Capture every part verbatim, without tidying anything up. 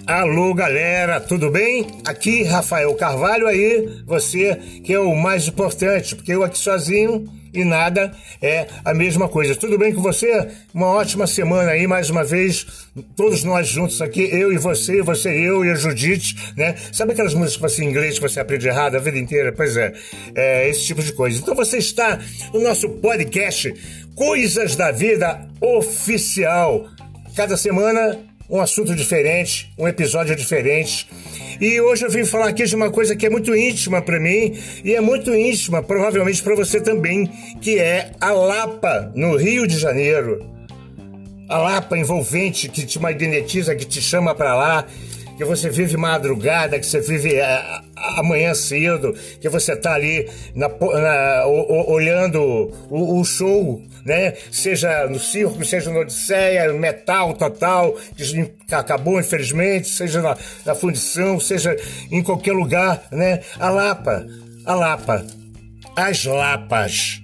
Alô, galera, tudo bem? Aqui, Rafael Carvalho, aí, você que é o mais importante, porque eu aqui sozinho e nada é a mesma coisa. Tudo bem com você? Uma ótima semana aí, mais uma vez, todos nós juntos aqui, eu e você, você e eu e a Judite, né? Sabe aquelas músicas assim, em inglês que você aprende errado a vida inteira? Pois é, é esse tipo de coisa. Então você está no nosso podcast Coisas da Vida Oficial. Cada semana um assunto diferente, um episódio diferente. E hoje eu vim falar aqui de uma coisa que é muito íntima para mim e é muito íntima, provavelmente para você também, que é a Lapa, no Rio de Janeiro. A Lapa envolvente que te magnetiza, que te chama para lá, que você vive madrugada, que você vive a, a, amanhã cedo, que você tá ali na, na, o, o, olhando o, o show, né? Seja no circo, seja no Odisseia, metal total, que acabou infelizmente, seja na, na fundição, seja em qualquer lugar, né? A Lapa, a Lapa, as Lapas.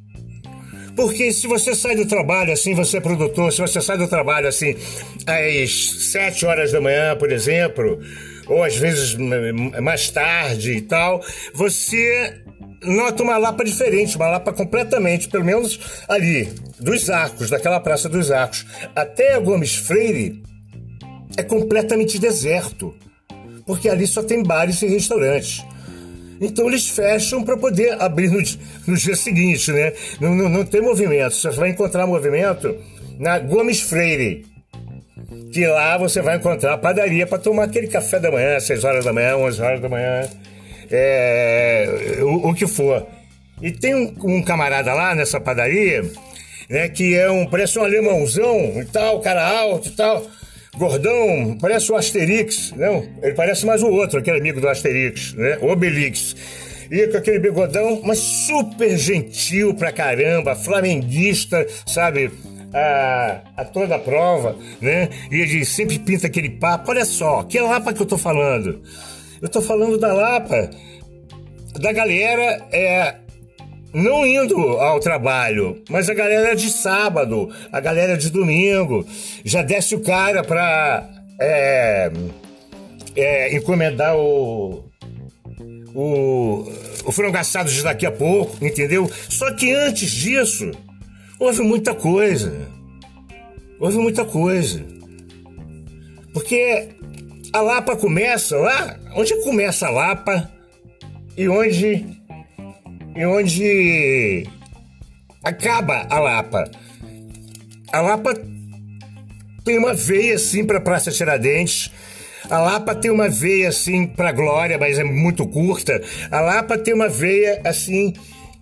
Porque se você sai do trabalho assim, você é produtor, se você sai do trabalho assim às sete horas da manhã, por exemplo, ou às vezes mais tarde e tal, você nota uma Lapa diferente, uma Lapa completamente, pelo menos ali, dos Arcos, daquela Praça dos Arcos, até a Gomes Freire, é completamente deserto, porque ali só tem bares e restaurantes. Então eles fecham para poder abrir no, no dia seguinte, né? Não, não, não tem movimento. Você vai encontrar movimento na Gomes Freire, que lá você vai encontrar a padaria para tomar aquele café da manhã, seis horas da manhã, onze horas da manhã, é, o, o que for. E tem um, um camarada lá nessa padaria, né? Que é um, parece um alemãozão e tal, cara alto e tal. Gordão, parece o Asterix, não? Ele parece mais o outro, aquele amigo do Asterix, né? O Obelix. E com aquele bigodão, mas super gentil pra caramba, flamenguista, sabe? A, a toda a prova, né? E ele sempre pinta aquele papo. Olha só, que Lapa que eu tô falando? Eu tô falando da Lapa, da galera, é... não indo ao trabalho, mas a galera de sábado, a galera de domingo, já desce o cara pra é, é, encomendar o, o, o frango assado de daqui a pouco, entendeu? Só que antes disso, houve muita coisa. Houve muita coisa. Porque a Lapa começa lá, onde começa a Lapa e onde... e onde acaba a Lapa. A Lapa tem uma veia assim para Praça Tiradentes. A Lapa tem uma veia assim para Glória, mas é muito curta. A Lapa tem uma veia assim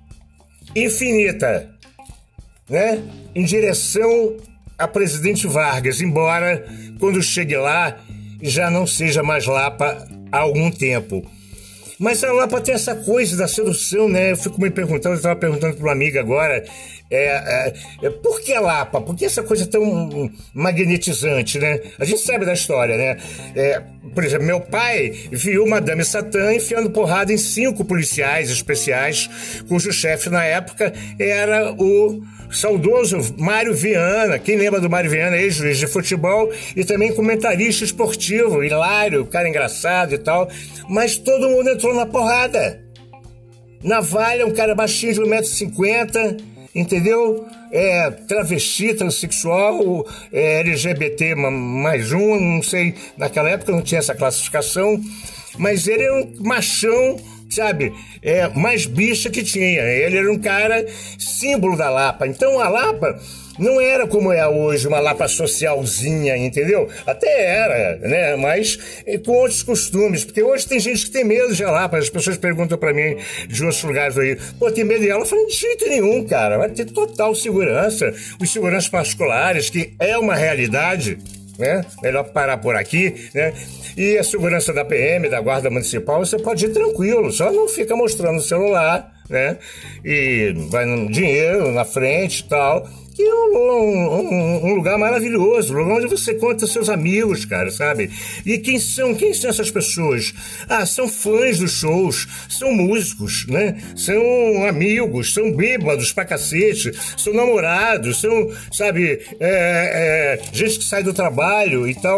infinita, né? Em direção a Presidente Vargas, embora quando chegue lá já não seja mais Lapa há algum tempo. Mas a Lapa tem essa coisa da sedução, né? Eu fico me perguntando, eu estava perguntando para uma amiga agora, é, é, é, por que a Lapa? Por que essa coisa tão magnetizante, né? A gente sabe da história, né? É, por exemplo, meu pai viu Madame Satã enfiando porrada em cinco policiais especiais, cujo chefe na época era o saudoso Mário Viana. Quem lembra do Mário Viana, ex-juiz de futebol e também comentarista esportivo, hilário, cara engraçado e tal, mas todo mundo entrou na porrada. Navalha, um cara baixinho de um metro e cinquenta, entendeu? É, travesti, transexual, é, L G B T mais um, não sei, naquela época não tinha essa classificação, mas ele era um machão, sabe, é, mais bicha que tinha. Ele era um cara símbolo da Lapa. Então a Lapa não era como é hoje, uma Lapa socialzinha, entendeu? Até era, né? Mas com outros costumes. Porque hoje tem gente que tem medo de Lapa. As pessoas perguntam pra mim de outros lugares aí, pô, tem medo dela? Eu falo, de jeito nenhum, cara. Vai ter total segurança. Os seguranças particulares, que é uma realidade, né? Melhor parar por aqui, né? E a segurança da P M, da Guarda Municipal, você pode ir tranquilo, só não fica mostrando o celular, né? E vai no dinheiro na frente e tal. Que é um, um, um lugar maravilhoso, um lugar onde você conta seus amigos, cara, sabe? E quem são? Quem são essas pessoas? Ah, são fãs dos shows, são músicos, né? São amigos, são bêbados pra cacete, são namorados, são, sabe, é, é, gente que sai do trabalho e tal.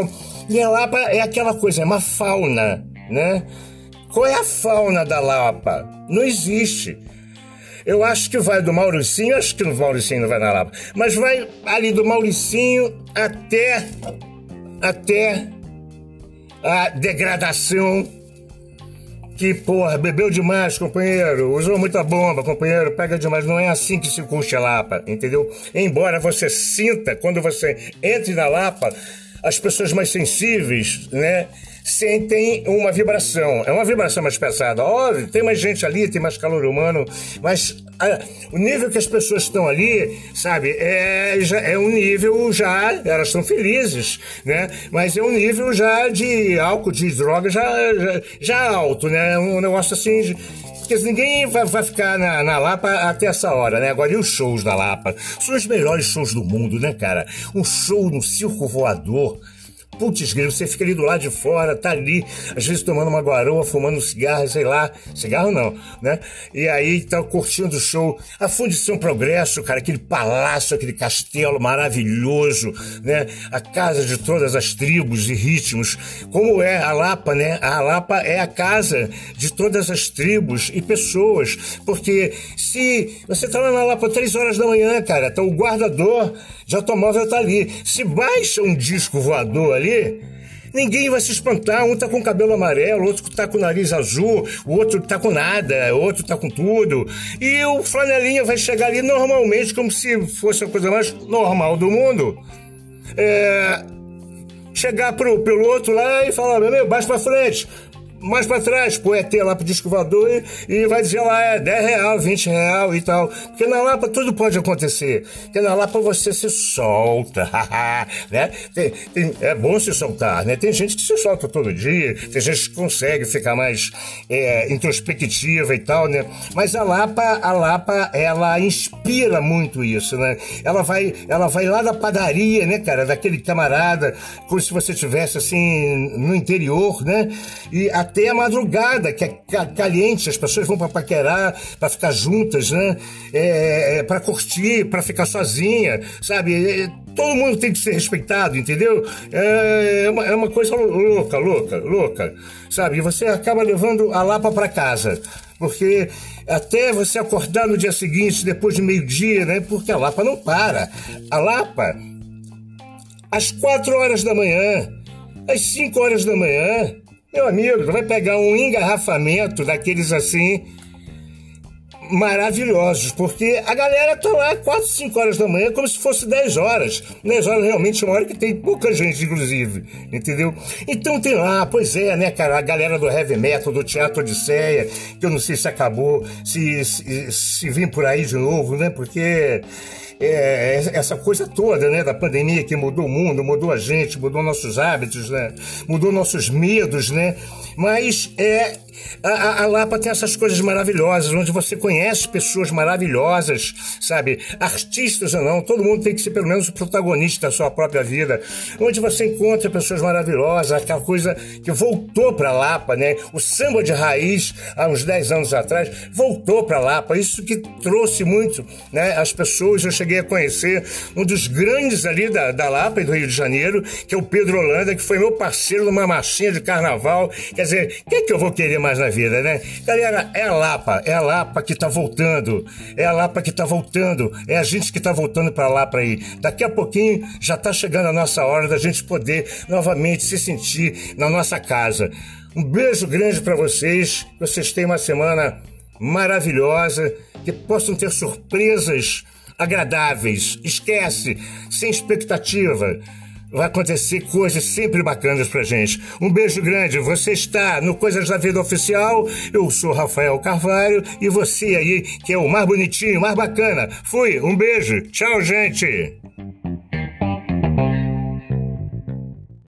E a Lapa é aquela coisa, é uma fauna, né? Qual é a fauna da Lapa? Não existe. Eu acho que vai do Mauricinho, acho que o Mauricinho não vai na Lapa, mas vai ali do Mauricinho até, até a degradação. Que, porra, bebeu demais, companheiro, usou muita bomba, companheiro, pega demais. Não é assim que se curte a Lapa, entendeu? Embora você sinta, quando você entre na Lapa, as pessoas mais sensíveis, né, sentem uma vibração. É uma vibração mais pesada. Óbvio, tem mais gente ali, tem mais calor humano, mas a, o nível que as pessoas estão ali, sabe, é, já, é um nível já, elas estão felizes, né, mas é um nível já de álcool, de droga, já, já, já alto, né, um negócio assim... De, porque ninguém vai, vai ficar na, na Lapa até essa hora, né? Agora, e os shows da Lapa? São os melhores shows do mundo, né, cara? Um show no Circo Voador. Putz, você fica ali do lado de fora, tá ali, às vezes tomando uma garoa, fumando um cigarro, sei lá. Cigarro não, né? E aí tá curtindo o show. A Fundição Progresso, cara, aquele palácio, aquele castelo maravilhoso, né? A casa de todas as tribos e ritmos. Como é a Lapa, né? A Lapa é a casa de todas as tribos e pessoas. Porque se você tá lá na Lapa três horas da manhã, cara, tá o guardador de automóvel tá ali. Se baixa um disco voador ali, ninguém vai se espantar. Um tá com cabelo amarelo, outro tá com o nariz azul, o outro tá com nada, o outro tá com tudo. E o flanelinha vai chegar ali normalmente, como se fosse a coisa mais normal do mundo. É... Chegar pro piloto lá e falar, meu, baixa pra frente, mais pra trás, pô, é ter lá pro disco voador e, e vai dizer lá, é dez real, vinte real e tal. Porque na Lapa tudo pode acontecer. Porque na Lapa você se solta, né? Tem, tem, é bom se soltar, né? Tem gente que se solta todo dia, tem gente que consegue ficar mais é, introspectiva e tal, né? Mas a Lapa, a Lapa, ela inspira muito isso, né? Ela vai, ela vai lá da padaria, né, cara? Daquele camarada, como se você estivesse, assim, no interior, né? E a até a madrugada, que é caliente, as pessoas vão para paquerar, para ficar juntas, né? É, é, para curtir, para ficar sozinha, sabe? É, todo mundo tem que ser respeitado, entendeu? É, é, uma, é uma coisa louca, louca, louca, sabe? E você acaba levando a Lapa para casa, porque até você acordar no dia seguinte, depois de meio-dia, né? Porque a Lapa não para. A Lapa, às quatro horas da manhã, às cinco horas da manhã, meu amigo, vai pegar um engarrafamento daqueles assim maravilhosos, porque a galera tá lá quatro, cinco horas da manhã como se fosse dez horas. dez horas realmente é uma hora que tem pouca gente, inclusive, entendeu? Então tem lá, pois é, né, cara, a galera do heavy metal, do Teatro Odisseia, que eu não sei se acabou, se, se, se vir por aí de novo, né, porque... É, essa coisa toda, né, da pandemia que mudou o mundo, mudou a gente, mudou nossos hábitos, né, mudou nossos medos, né, mas é, a, a Lapa tem essas coisas maravilhosas, onde você conhece pessoas maravilhosas, sabe, artistas ou não, todo mundo tem que ser pelo menos o protagonista da sua própria vida, onde você encontra pessoas maravilhosas, aquela coisa que voltou para Lapa, né, o samba de raiz, há uns dez anos atrás, voltou para Lapa, isso que trouxe muito, né, as pessoas. Eu cheguei a conhecer um dos grandes ali da, da Lapa e do Rio de Janeiro, que é o Pedro Holanda, que foi meu parceiro numa marchinha de carnaval. Quer dizer, o que é que eu vou querer mais na vida, né? Galera, é a Lapa, é a Lapa que tá voltando, é a Lapa que tá voltando, é a gente que tá voltando pra Lapa aí. Daqui a pouquinho já tá chegando a nossa hora da gente poder novamente se sentir na nossa casa. Um beijo grande pra vocês, que vocês tenham uma semana maravilhosa, que possam ter surpresas agradáveis. Esquece, sem expectativa. Vai acontecer coisas sempre bacanas pra gente. Um beijo grande. Você está no Coisas da Vida Oficial. Eu sou Rafael Carvalho e você aí que é o mais bonitinho, mais bacana. Fui, um beijo. Tchau, gente.